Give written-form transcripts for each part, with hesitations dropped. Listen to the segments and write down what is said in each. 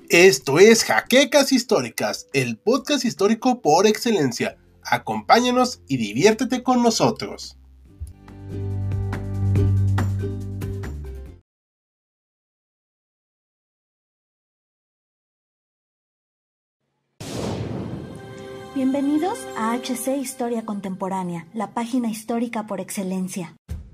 Esto es Jaquecas Históricas, el podcast histórico por excelencia. Acompáñanos y diviértete con nosotros. Bienvenidos a HC Historia Contemporánea, la página histórica por excelencia.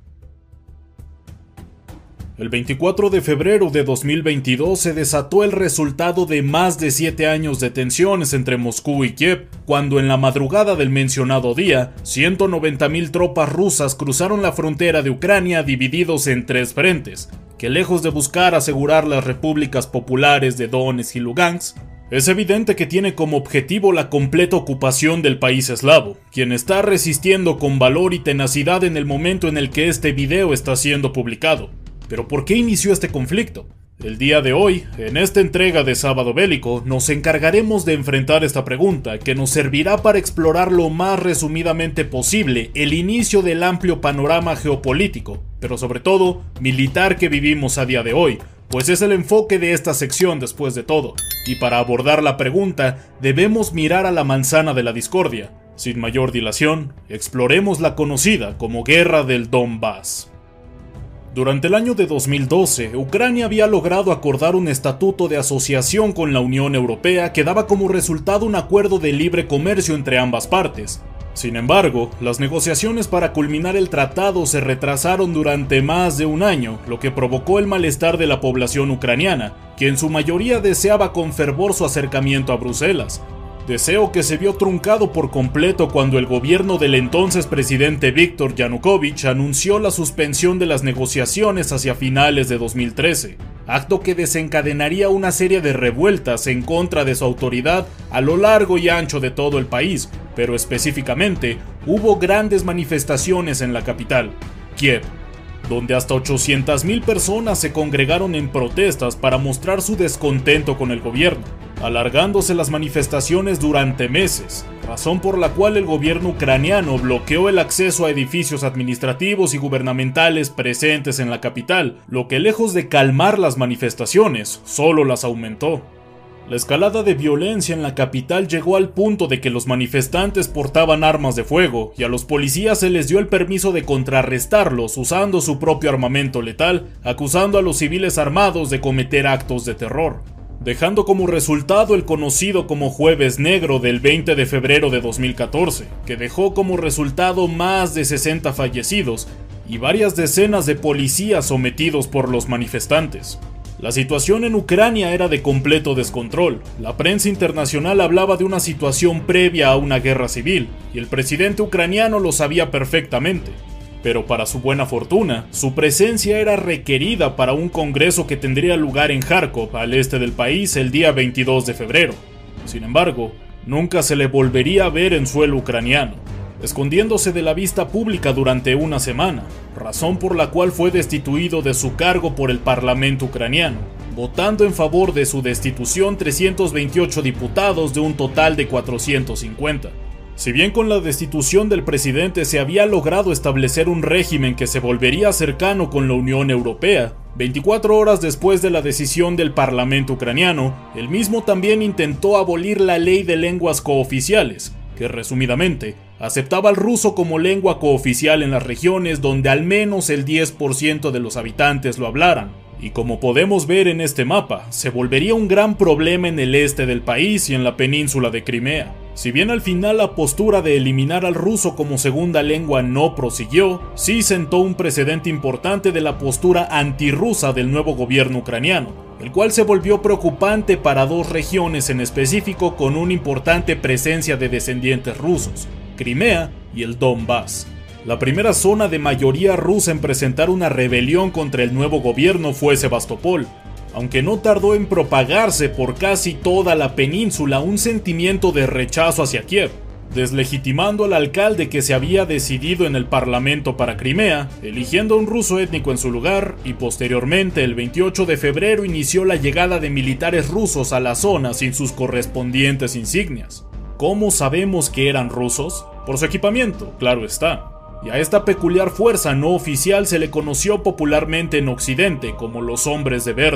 El 24 de febrero de 2022 se desató el resultado de más de 7 años de tensiones entre Moscú y Kiev, cuando en la madrugada del mencionado día, 190.000 tropas rusas cruzaron la frontera de Ucrania divididos en 3 frentes, que lejos de buscar asegurar las repúblicas populares de Donetsk y Lugansk, es evidente que tiene como objetivo la completa ocupación del país eslavo, quien está resistiendo con valor y tenacidad en el momento en el que este video está siendo publicado. ¿Pero por qué inició este conflicto? El día de hoy, en esta entrega de Sábado Bélico, nos encargaremos de enfrentar esta pregunta, que nos servirá para explorar lo más resumidamente posible el inicio del amplio panorama geopolítico, pero sobre todo, militar que vivimos a día de hoy, pues es el enfoque de esta sección después de todo, y para abordar la pregunta, debemos mirar a la manzana de la discordia. Sin mayor dilación, exploremos la conocida como Guerra del Donbass. Durante el año de 2012, Ucrania había logrado acordar un estatuto de asociación con la Unión Europea que daba como resultado un acuerdo de libre comercio entre ambas partes. Sin embargo, las negociaciones para culminar el tratado se retrasaron durante más de un año, lo que provocó el malestar de la población ucraniana, que en su mayoría deseaba con fervor su acercamiento a Bruselas. Deseo que se vio truncado por completo cuando el gobierno del entonces presidente Viktor Yanukovych anunció la suspensión de las negociaciones hacia finales de 2013, acto que desencadenaría una serie de revueltas en contra de su autoridad a lo largo y ancho de todo el país, pero específicamente hubo grandes manifestaciones en la capital, Kiev, donde hasta 800.000 personas se congregaron en protestas para mostrar su descontento con el gobierno, alargándose las manifestaciones durante meses, razón por la cual el gobierno ucraniano bloqueó el acceso a edificios administrativos y gubernamentales presentes en la capital, lo que lejos de calmar las manifestaciones, solo las aumentó. La escalada de violencia en la capital llegó al punto de que los manifestantes portaban armas de fuego y a los policías se les dio el permiso de contrarrestarlos usando su propio armamento letal, acusando a los civiles armados de cometer actos de terror, dejando como resultado el conocido como Jueves Negro del 20 de febrero de 2014, que dejó como resultado más de 60 fallecidos y varias decenas de policías sometidos por los manifestantes. La situación en Ucrania era de completo descontrol. La prensa internacional hablaba de una situación previa a una guerra civil, y el presidente ucraniano lo sabía perfectamente. Pero para su buena fortuna, su presencia era requerida para un congreso que tendría lugar en Kharkov, al este del país, el día 22 de febrero. Sin embargo, nunca se le volvería a ver en suelo ucraniano, escondiéndose de la vista pública durante una semana, razón por la cual fue destituido de su cargo por el Parlamento ucraniano, votando en favor de su destitución 328 diputados de un total de 450. Si bien con la destitución del presidente se había logrado establecer un régimen que se volvería cercano con la Unión Europea, 24 horas después de la decisión del Parlamento ucraniano, el mismo también intentó abolir la ley de lenguas cooficiales, que resumidamente aceptaba el ruso como lengua cooficial en las regiones donde al menos el 10% de los habitantes lo hablaran. Y como podemos ver en este mapa, se volvería un gran problema en el este del país y en la península de Crimea. Si bien al final la postura de eliminar al ruso como segunda lengua no prosiguió, sí sentó un precedente importante de la postura antirrusa del nuevo gobierno ucraniano, el cual se volvió preocupante para 2 regiones en específico con una importante presencia de descendientes rusos, Crimea y el Donbass. La primera zona de mayoría rusa en presentar una rebelión contra el nuevo gobierno fue Sebastopol, aunque no tardó en propagarse por casi toda la península un sentimiento de rechazo hacia Kiev, deslegitimando al alcalde que se había decidido en el parlamento para Crimea, eligiendo a un ruso étnico en su lugar, y posteriormente el 28 de febrero inició la llegada de militares rusos a la zona sin sus correspondientes insignias. ¿Cómo sabemos que eran rusos? Por su equipamiento, claro está. Y a esta peculiar fuerza no oficial se le conoció popularmente en Occidente como los Hombres de Verde,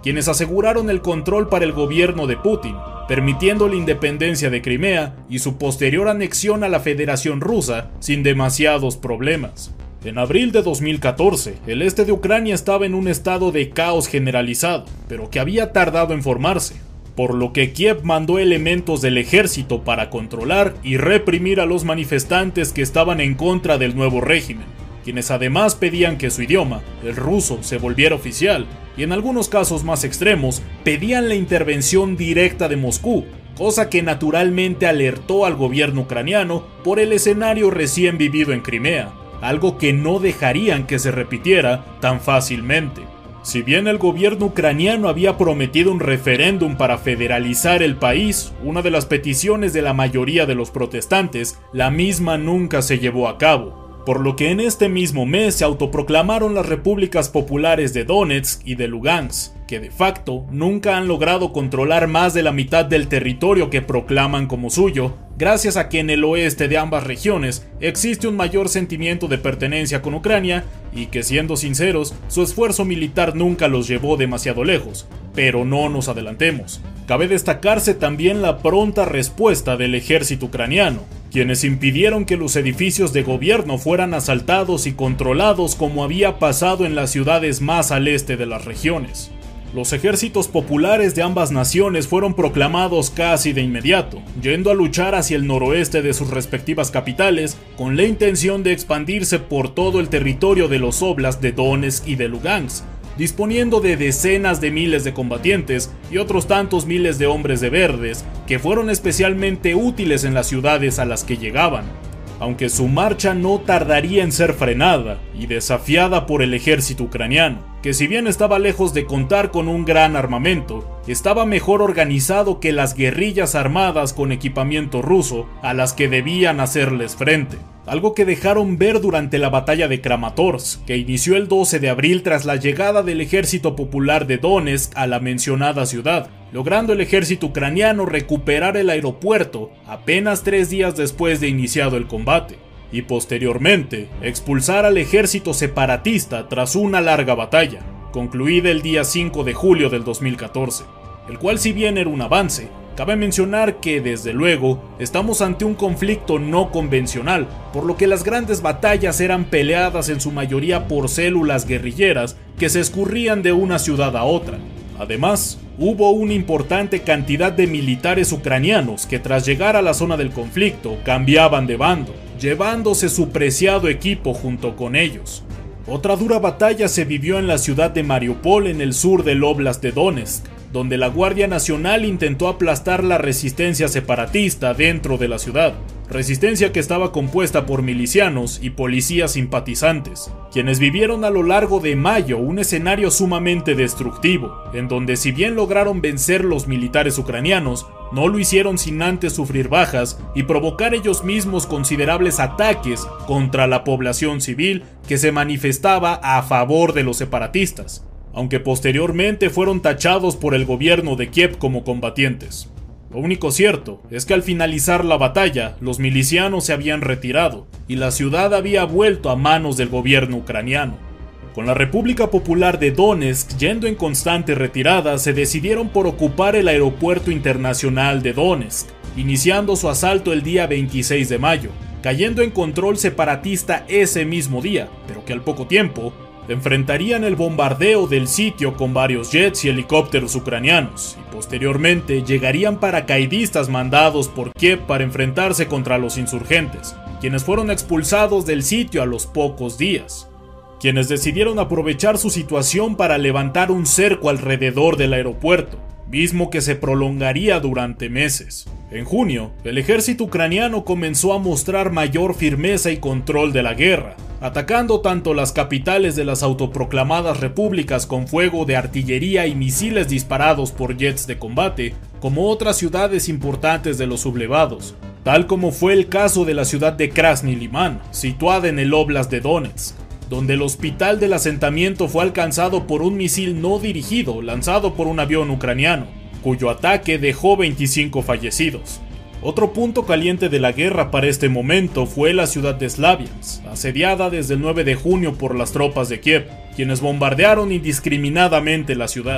quienes aseguraron el control para el gobierno de Putin, permitiendo la independencia de Crimea y su posterior anexión a la Federación Rusa sin demasiados problemas. En abril de 2014, el este de Ucrania estaba en un estado de caos generalizado, pero que había tardado en formarse, por lo que Kiev mandó elementos del ejército para controlar y reprimir a los manifestantes que estaban en contra del nuevo régimen, quienes además pedían que su idioma, el ruso, se volviera oficial, y en algunos casos más extremos, pedían la intervención directa de Moscú, cosa que naturalmente alertó al gobierno ucraniano por el escenario recién vivido en Crimea, algo que no dejarían que se repitiera tan fácilmente. Si bien el gobierno ucraniano había prometido un referéndum para federalizar el país, una de las peticiones de la mayoría de los protestantes, la misma nunca se llevó a cabo, por lo que en este mismo mes se autoproclamaron las repúblicas populares de Donetsk y de Lugansk, que de facto nunca han logrado controlar más de la mitad del territorio que proclaman como suyo, gracias a que en el oeste de ambas regiones existe un mayor sentimiento de pertenencia con Ucrania y que, siendo sinceros, su esfuerzo militar nunca los llevó demasiado lejos. Pero no nos adelantemos. Cabe destacarse también la pronta respuesta del ejército ucraniano, quienes impidieron que los edificios de gobierno fueran asaltados y controlados como había pasado en las ciudades más al este de las regiones. Los ejércitos populares de ambas naciones fueron proclamados casi de inmediato, yendo a luchar hacia el noroeste de sus respectivas capitales, con la intención de expandirse por todo el territorio de los óblasts de Donetsk y de Lugansk, disponiendo de decenas de miles de combatientes y otros tantos miles de hombres de verdes, que fueron especialmente útiles en las ciudades a las que llegaban, aunque su marcha no tardaría en ser frenada y desafiada por el ejército ucraniano, que si bien estaba lejos de contar con un gran armamento, estaba mejor organizado que las guerrillas armadas con equipamiento ruso a las que debían hacerles frente. Algo que dejaron ver durante la batalla de Kramatorsk, que inició el 12 de abril tras la llegada del ejército popular de Donetsk a la mencionada ciudad, logrando el ejército ucraniano recuperar el aeropuerto apenas 3 días después de iniciado el combate, y posteriormente expulsar al ejército separatista tras una larga batalla, concluida el día 5 de julio del 2014, el cual, si bien era un avance, cabe mencionar que, desde luego, estamos ante un conflicto no convencional, por lo que las grandes batallas eran peleadas en su mayoría por células guerrilleras que se escurrían de una ciudad a otra. Además, hubo una importante cantidad de militares ucranianos que, tras llegar a la zona del conflicto, cambiaban de bando, llevándose su preciado equipo junto con ellos. Otra dura batalla se vivió en la ciudad de Mariupol, en el sur del óblast de Donetsk, donde la Guardia Nacional intentó aplastar la resistencia separatista dentro de la ciudad, resistencia que estaba compuesta por milicianos y policías simpatizantes, quienes vivieron a lo largo de mayo un escenario sumamente destructivo, en donde, si bien lograron vencer los militares ucranianos, no lo hicieron sin antes sufrir bajas y provocar ellos mismos considerables ataques contra la población civil que se manifestaba a favor de los separatistas, aunque posteriormente fueron tachados por el gobierno de Kiev como combatientes. Lo único cierto es que al finalizar la batalla, los milicianos se habían retirado y la ciudad había vuelto a manos del gobierno ucraniano. Con la República Popular de Donetsk yendo en constante retirada, se decidieron por ocupar el aeropuerto internacional de Donetsk, iniciando su asalto el día 26 de mayo, cayendo en control separatista ese mismo día, pero que al poco tiempo enfrentarían el bombardeo del sitio con varios jets y helicópteros ucranianos, y posteriormente llegarían paracaidistas mandados por Kiev para enfrentarse contra los insurgentes, quienes fueron expulsados del sitio a los pocos días, quienes decidieron aprovechar su situación para levantar un cerco alrededor del aeropuerto, mismo que se prolongaría durante meses. En junio, el ejército ucraniano comenzó a mostrar mayor firmeza y control de la guerra, atacando tanto las capitales de las autoproclamadas repúblicas con fuego de artillería y misiles disparados por jets de combate, como otras ciudades importantes de los sublevados, tal como fue el caso de la ciudad de Krasny Liman, situada en el óblast de Donetsk, donde el hospital del asentamiento fue alcanzado por un misil no dirigido lanzado por un avión ucraniano, cuyo ataque dejó 25 fallecidos. Otro punto caliente de la guerra para este momento fue la ciudad de Slaviansk, asediada desde el 9 de junio por las tropas de Kiev, quienes bombardearon indiscriminadamente la ciudad.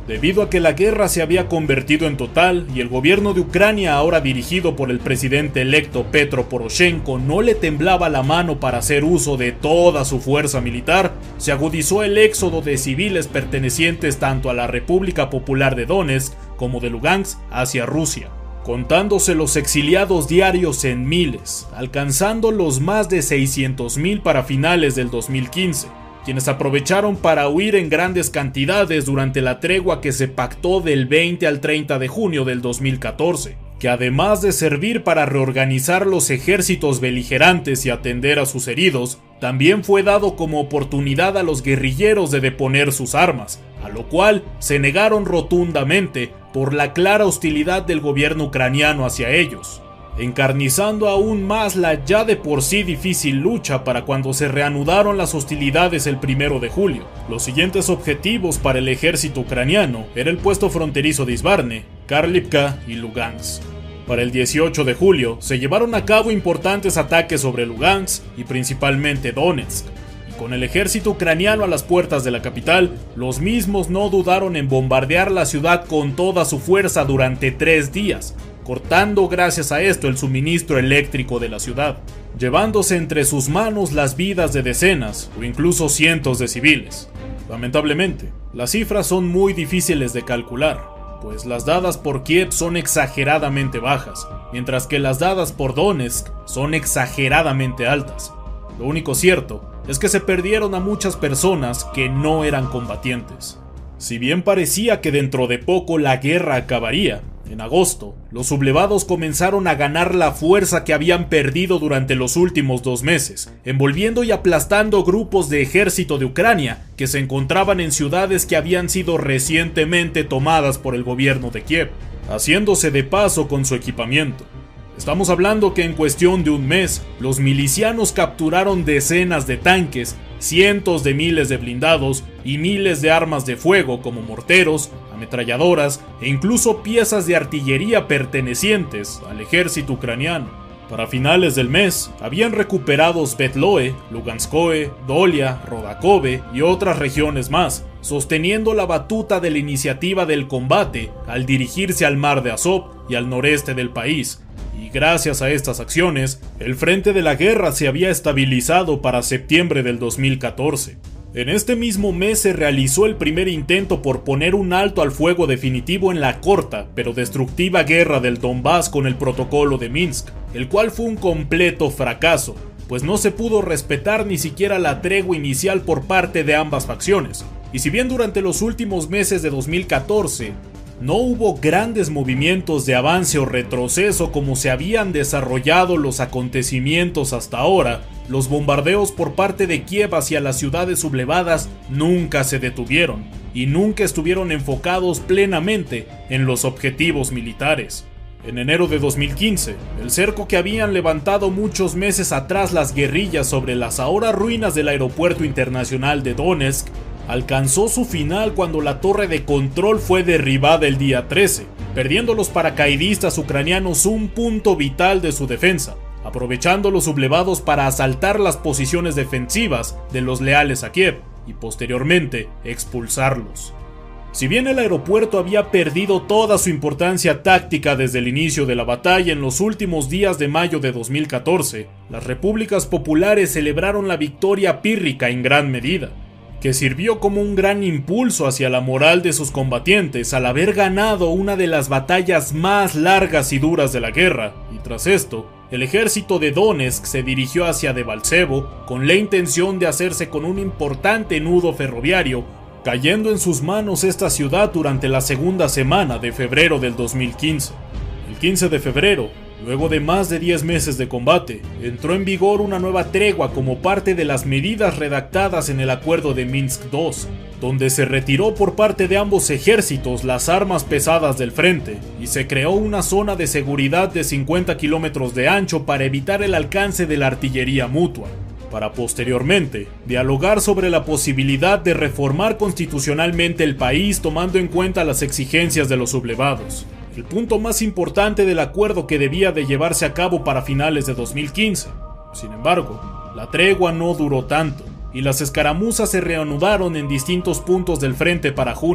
debido a que la guerra se había convertido en total y el gobierno de Ucrania, ahora dirigido por el presidente electo Petro Poroshenko, no le temblaba la mano para hacer uso de toda su fuerza militar, se agudizó el éxodo de civiles pertenecientes tanto a la República Popular de Donetsk como de Lugansk hacia Rusia, contándose los exiliados diarios en miles, alcanzando los más de 600,000 para finales del 2015. Quienes aprovecharon para huir en grandes cantidades durante la tregua que se pactó del 20 al 30 de junio del 2014, que además de servir para reorganizar los ejércitos beligerantes y atender a sus heridos, también fue dado como oportunidad a los guerrilleros de deponer sus armas, a lo cual se negaron rotundamente por la clara hostilidad del gobierno ucraniano hacia ellos, encarnizando aún más la ya de por sí difícil lucha para cuando se reanudaron las hostilidades el 1 de julio. Los siguientes objetivos para el ejército ucraniano era el puesto fronterizo de Izbarne, Karlivka y Lugansk. Para el 18 de julio se llevaron a cabo importantes ataques sobre Lugansk y principalmente Donetsk. Y con el ejército ucraniano a las puertas de la capital, los mismos no dudaron en bombardear la ciudad con toda su fuerza durante 3 días, cortando gracias a esto el suministro eléctrico de la ciudad, llevándose entre sus manos las vidas de decenas o incluso cientos de civiles. Lamentablemente, las cifras son muy difíciles de calcular, pues las dadas por Kiev son exageradamente bajas, mientras que las dadas por Donetsk son exageradamente altas. Lo único cierto es que se perdieron a muchas personas que no eran combatientes. Si bien parecía que dentro de poco la guerra acabaría, en agosto, los sublevados comenzaron a ganar la fuerza que habían perdido durante los últimos 2 meses, envolviendo y aplastando grupos de ejército de Ucrania que se encontraban en ciudades que habían sido recientemente tomadas por el gobierno de Kiev, haciéndose de paso con su equipamiento. Estamos hablando que en cuestión de un mes, los milicianos capturaron decenas de tanques, cientos de miles de blindados y miles de armas de fuego como morteros, ametralladoras e incluso piezas de artillería pertenecientes al ejército ucraniano. Para finales del mes, habían recuperado Svetloe, Luganskoe, Dolia, Rodakove y otras regiones más, sosteniendo la batuta de la iniciativa del combate al dirigirse al mar de Azov y al noreste del país. Y gracias a estas acciones, el frente de la guerra se había estabilizado para septiembre del 2014. En este mismo mes se realizó el primer intento por poner un alto al fuego definitivo en la corta pero destructiva guerra del Donbass con el protocolo de Minsk, el cual fue un completo fracaso, pues no se pudo respetar ni siquiera la tregua inicial por parte de ambas facciones. Y si bien durante los últimos meses de 2014 no hubo grandes movimientos de avance o retroceso como se habían desarrollado los acontecimientos hasta ahora, los bombardeos por parte de Kiev hacia las ciudades sublevadas nunca se detuvieron y nunca estuvieron enfocados plenamente en los objetivos militares. En enero de 2015, el cerco que habían levantado muchos meses atrás las guerrillas sobre las ahora ruinas del aeropuerto internacional de Donetsk alcanzó su final cuando la torre de control fue derribada el día 13, perdiendo los paracaidistas ucranianos un punto vital de su defensa, aprovechando los sublevados para asaltar las posiciones defensivas de los leales a Kiev y posteriormente expulsarlos. Si bien el aeropuerto había perdido toda su importancia táctica desde el inicio de la batalla en los últimos días de mayo de 2014, las repúblicas populares celebraron la victoria pírrica en gran medida, que sirvió como un gran impulso hacia la moral de sus combatientes al haber ganado una de las batallas más largas y duras de la guerra, y tras esto, el ejército de Donetsk se dirigió hacia Debaltsevo con la intención de hacerse con un importante nudo ferroviario, cayendo en sus manos esta ciudad durante la segunda semana de febrero del 2015. El 15 de febrero, luego de más de 10 meses de combate, entró en vigor una nueva tregua como parte de las medidas redactadas en el acuerdo de Minsk II, donde se retiró por parte de ambos ejércitos las armas pesadas del frente y se creó una zona de seguridad de 50 kilómetros de ancho para evitar el alcance de la artillería mutua, para posteriormente dialogar sobre la posibilidad de reformar constitucionalmente el país tomando en cuenta las exigencias de los sublevados. El punto más importante del acuerdo que debía de llevarse a cabo para finales de 2015. Sin embargo, la tregua no duró tanto, y las escaramuzas se reanudaron en distintos puntos del frente para junio,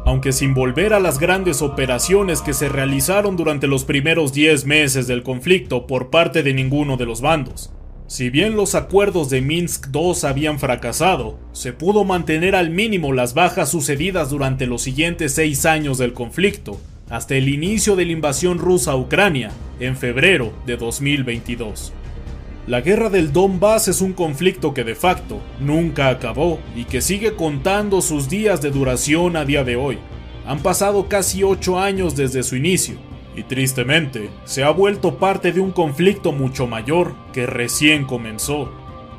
aunque sin volver a las grandes operaciones que se realizaron durante los primeros 10 meses del conflicto por parte de ninguno de los bandos. Si bien los acuerdos de Minsk II habían fracasado, se pudo mantener al mínimo las bajas sucedidas durante los siguientes 6 años del conflicto, hasta el inicio de la invasión rusa a Ucrania, en febrero de 2022. La guerra del Donbass es un conflicto que de facto nunca acabó y que sigue contando sus días de duración a día de hoy. Han pasado casi 8 años desde su inicio, y tristemente se ha vuelto parte de un conflicto mucho mayor que recién comenzó.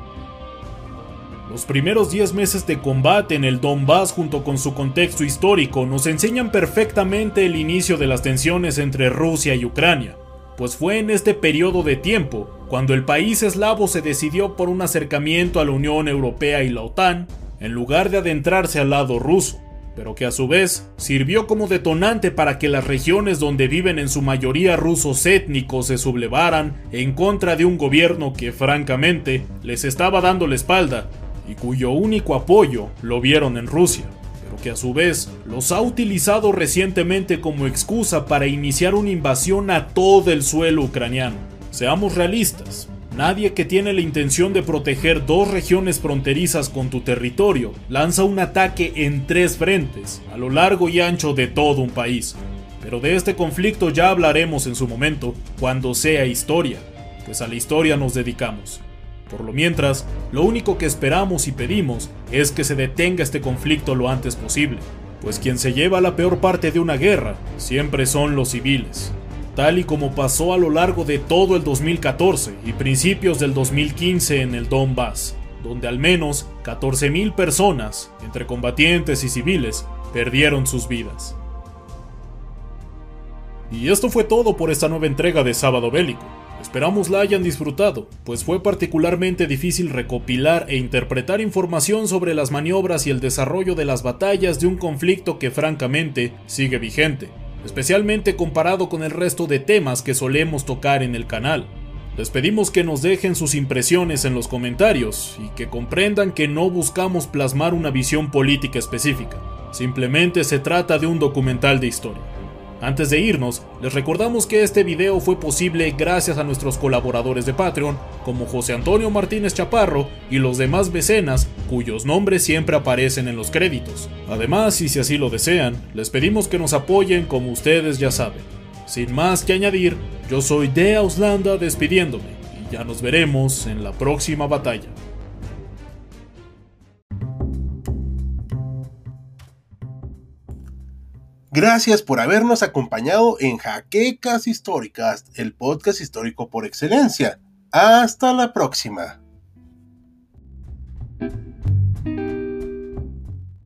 Los primeros 10 meses de combate en el Donbass junto con su contexto histórico nos enseñan perfectamente el inicio de las tensiones entre Rusia y Ucrania, pues fue en este periodo de tiempo cuando el país eslavo se decidió por un acercamiento a la Unión Europea y la OTAN, en lugar de adentrarse al lado ruso, pero que a su vez sirvió como detonante para que las regiones donde viven en su mayoría rusos étnicos se sublevaran en contra de un gobierno que francamente les estaba dando la espalda y cuyo único apoyo lo vieron en Rusia, pero que a su vez los ha utilizado recientemente como excusa para iniciar una invasión a todo el suelo ucraniano. Seamos realistas, nadie que tiene la intención de proteger 2 regiones fronterizas con tu territorio lanza un ataque en 3 frentes, a lo largo y ancho de todo un país. Pero de este conflicto ya hablaremos en su momento, cuando sea historia, pues a la historia nos dedicamos. Por lo mientras, lo único que esperamos y pedimos es que se detenga este conflicto lo antes posible, pues quien se lleva la peor parte de una guerra siempre son los civiles. Tal y como pasó a lo largo de todo el 2014 y principios del 2015 en el Donbass, donde al menos 14,000 personas, entre combatientes y civiles, perdieron sus vidas. Y esto fue todo por esta nueva entrega de Sábado Bélico. Esperamos la hayan disfrutado, pues fue particularmente difícil recopilar e interpretar información sobre las maniobras y el desarrollo de las batallas de un conflicto que francamente sigue vigente, especialmente comparado con el resto de temas que solemos tocar en el canal. Les pedimos que nos dejen sus impresiones en los comentarios y que comprendan que no buscamos plasmar una visión política específica, simplemente se trata de un documental de historia. Antes de irnos, les recordamos que este video fue posible gracias a nuestros colaboradores de Patreon, como José Antonio Martínez Chaparro y los demás mecenas, cuyos nombres siempre aparecen en los créditos. Además, y si así lo desean, les pedimos que nos apoyen como ustedes ya saben. Sin más que añadir, yo soy de Auslanda despidiéndome, y ya nos veremos en la próxima batalla. Gracias por habernos acompañado en Jaquecas Históricas, el podcast histórico por excelencia. Hasta la próxima.